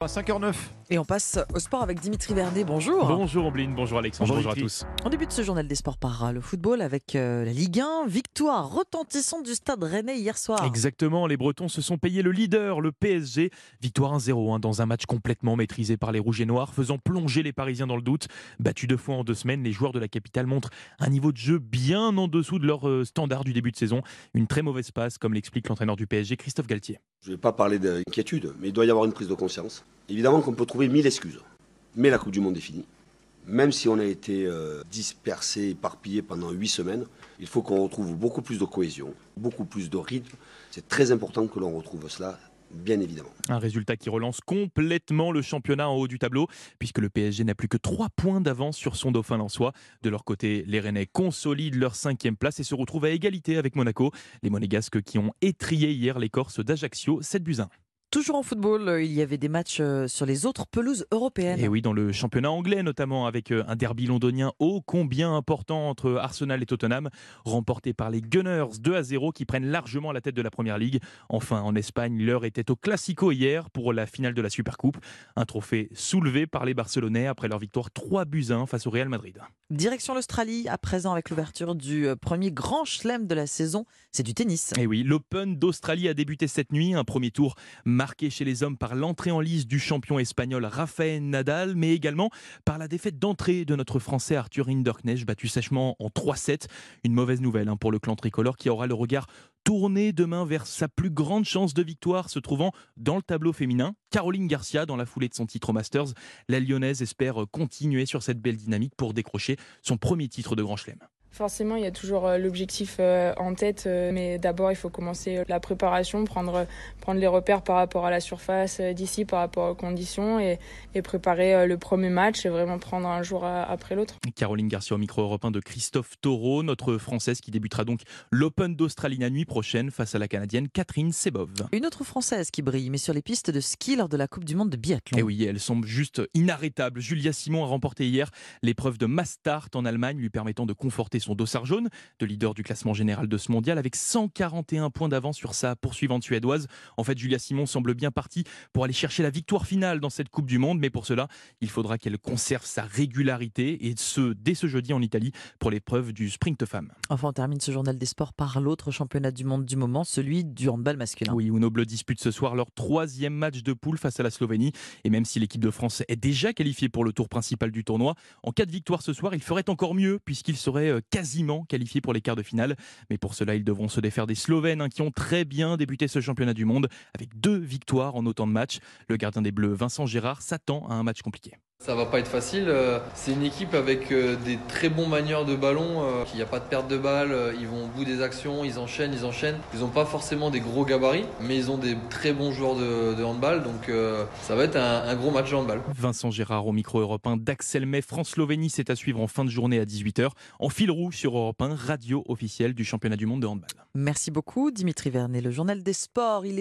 À 5h09. Et on passe au sport avec Dimitri Vernet. Bonjour. Bonjour Ombline, bonjour Alexandre, bonjour à tous. On débute ce journal des sports par le football avec la Ligue 1. Victoire retentissante du Stade Rennais hier soir. Exactement, les Bretons se sont payés le leader, le PSG. Victoire 1-0 dans un match complètement maîtrisé par les Rouges et Noirs, faisant plonger les Parisiens dans le doute. Battus 2 fois en 2 semaines, les joueurs de la capitale montrent un niveau de jeu bien en dessous de leur standard du début de saison. Une très mauvaise passe, comme l'explique l'entraîneur du PSG, Christophe Galtier. Je ne vais pas parler d'inquiétude, mais il doit y avoir une prise de conscience. Évidemment qu'on peut trouver 1000 excuses, mais la Coupe du Monde est finie. Même si on a été dispersé, éparpillé pendant 8 semaines, il faut qu'on retrouve beaucoup plus de cohésion, beaucoup plus de rythme. C'est très important que l'on retrouve cela, bien évidemment. Un résultat qui relance complètement le championnat en haut du tableau, puisque le PSG n'a plus que 3 points d'avance sur son dauphin lensois. De leur côté, les Rennais consolident leur 5e place et se retrouvent à égalité avec Monaco. Les Monégasques qui ont étrié hier les Corses d'Ajaccio, 7-1. Toujours en football, il y avait des matchs sur les autres pelouses européennes. Et oui, dans le championnat anglais notamment, avec un derby londonien ô combien important entre Arsenal et Tottenham, remporté par les Gunners 2-0 qui prennent largement la tête de la Première Ligue. Enfin, en Espagne, l'heure était au Classico hier pour la finale de la Supercoupe. Un trophée soulevé par les Barcelonais après leur victoire 3-1 face au Real Madrid. Direction l'Australie, à présent avec l'ouverture du premier grand chelem de la saison, c'est du tennis. Et oui, l'Open d'Australie a débuté cette nuit, un premier tour marqué chez les hommes par l'entrée en lice du champion espagnol Rafael Nadal, mais également par la défaite d'entrée de notre Français Arthur Hinderknecht, battu sèchement en 3-7. Une mauvaise nouvelle pour le clan tricolore qui aura le regard tourné demain vers sa plus grande chance de victoire se trouvant dans le tableau féminin. Caroline Garcia, dans la foulée de son titre au Masters, la Lyonnaise espère continuer sur cette belle dynamique pour décrocher son premier titre de Grand Chelem. Forcément, il y a toujours l'objectif en tête, mais d'abord, il faut commencer la préparation, prendre les repères par rapport à la surface d'ici, par rapport aux conditions et préparer le premier match et vraiment prendre un jour après l'autre. Caroline Garcia au micro européen de Christophe Taureau, notre Française qui débutera donc l'Open d'Australie la nuit prochaine face à la Canadienne Catherine Sebov. Une autre Française qui brille, mais sur les pistes de ski lors de la Coupe du Monde de biathlon. Et oui, elle semble juste inarrêtable. Julia Simon a remporté hier l'épreuve de Mastart en Allemagne, lui permettant de conforter son dossard jaune de leader du classement général de ce mondial avec 141 points d'avance sur sa poursuivante suédoise. En fait, Julia Simon semble bien partie pour aller chercher la victoire finale dans cette Coupe du Monde, mais pour cela, il faudra qu'elle conserve sa régularité et dès ce jeudi en Italie pour l'épreuve du sprint femme. Enfin, on termine ce journal des sports par l'autre championnat du monde du moment, celui du handball masculin. Oui, Uno Bleu dispute ce soir leur 3e match de poule face à la Slovénie. Et même si l'équipe de France est déjà qualifiée pour le tour principal du tournoi, en cas de victoire ce soir, il ferait encore mieux puisqu'il serait quasiment qualifiés pour les quarts de finale. Mais pour cela, ils devront se défaire des Slovènes qui ont très bien débuté ce championnat du monde avec 2 victoires en autant de matchs. Le gardien des Bleus, Vincent Gérard, s'attend à un match compliqué. Ça va pas être facile, c'est une équipe avec des très bons manieurs de ballon, il n'y a pas de perte de balle, ils vont au bout des actions, ils enchaînent. Ils n'ont pas forcément des gros gabarits, mais ils ont des très bons joueurs de handball, donc ça va être un gros match de handball. Vincent Gérard au micro européen d'Axel May. France-Slovénie, c'est à suivre en fin de journée à 18h, en fil rouge sur Europe 1, radio officielle du championnat du monde de handball. Merci beaucoup Dimitri Vernet, le journal des sports.